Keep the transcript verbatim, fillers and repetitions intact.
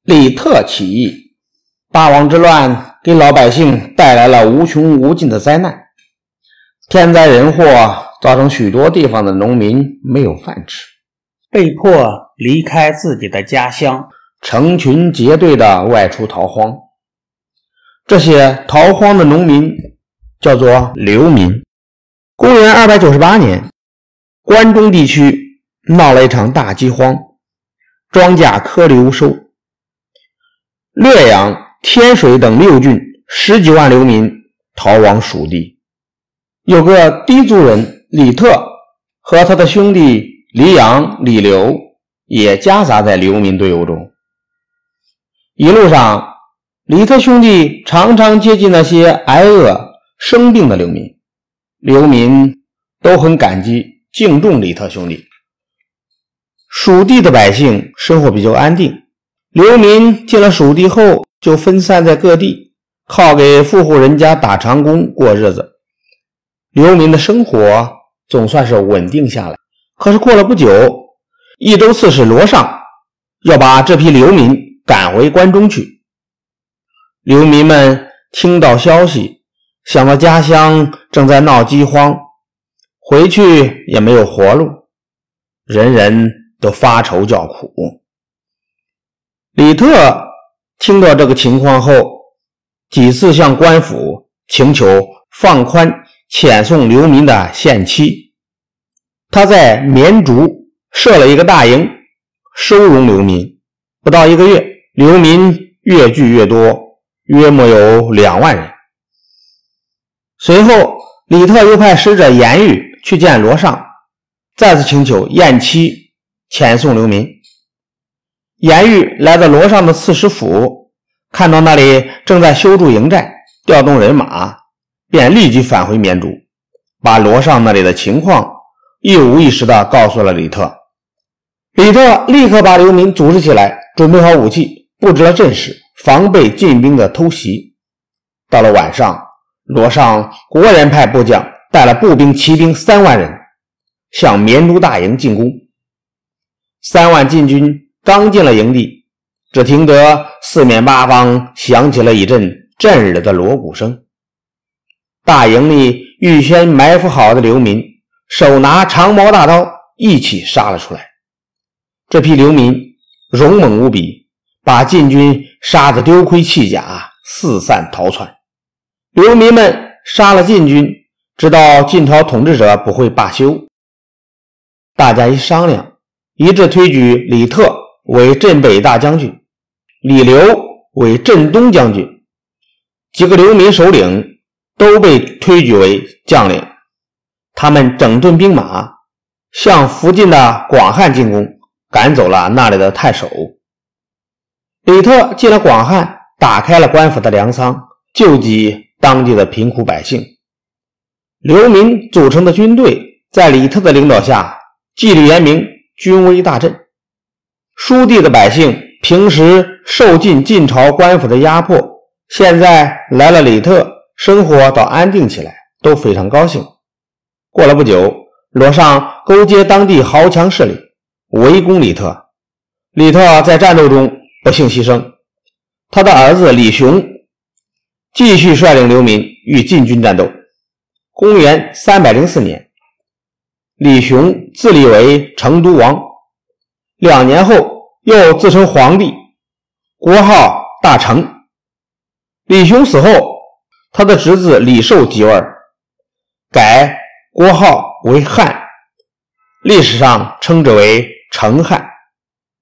李特起义，八王之乱给老百姓带来了无穷无尽的灾难，天灾人祸造成许多地方的农民没有饭吃， 被迫离开自己的家乡， 成群结队的外出逃荒。这些逃荒的农民叫做流民。公元二百九十八年，关中地区闹了一场大饥荒，庄稼颗粒无收。略阳、天水等六郡十几万流民逃往蜀地。有个氐族人李特和他的兄弟黎阳、李刘也夹杂在流民队伍中。一路上，李特兄弟常常接近那些挨饿生病的流民，流民都很感激敬重李特兄弟。蜀地的百姓生活比较安定，流民进了蜀地后就分散在各地，靠给富户人家打长工过日子。流民的生活总算是稳定下来。可是过了不久，益州刺史罗尚要把这批流民赶回关中去。流民们听到消息，想到家乡正在闹饥荒，回去也没有活路，人人都发愁叫苦。李特听到这个情况后，几次向官府请求放宽遣送流民的限期。他在绵竹设了一个大营，收容流民。不到一个月，流民越聚越多，约莫有两万人。随后，李特又派使者严玉去见罗尚，再次请求延期遣送流民。严玉来到罗尚的刺史府，看到那里正在修筑营寨，调动人马，便立即返回绵竹，把罗尚那里的情况一五一十地告诉了李特。李特立刻把流民组织起来，准备好武器，布置了阵势，防备晋兵的偷袭。到了晚上，罗尚果然派部将带了步兵、骑兵三万人，向绵竹大营进攻。三万晋军刚进了营地，只听得四面八方响起了一阵震耳的锣鼓声。大营里预先埋伏好的流民手拿长矛大刀一起杀了出来。这批流民勇猛无比，把晋军杀得丢盔弃甲，四散逃窜。流民们杀了晋军，知道晋朝统治者不会罢休，大家一商量，一致推举李特为镇北大将军，李刘为镇东将军，几个流民首领都被推举为将领。他们整顿兵马，向附近的广汉进攻，赶走了那里的太守。李特进了广汉，打开了官府的粮仓，救济当地的贫苦百姓。流民组成的军队在李特的领导下纪律严明，军威大振。蜀地的百姓平时受尽晋朝官府的压迫，现在来了李特，生活倒安定起来，都非常高兴。过了不久，罗尚勾结当地豪强势力，围攻李特。李特在战斗中不幸牺牲，他的儿子李雄继续率领流民与晋军战斗。公元三百零四年，李雄自立为成都王，两年后又自称皇帝，国号大成。李雄死后，他的侄子李寿继位，改国号为汉，历史上称之为成汉。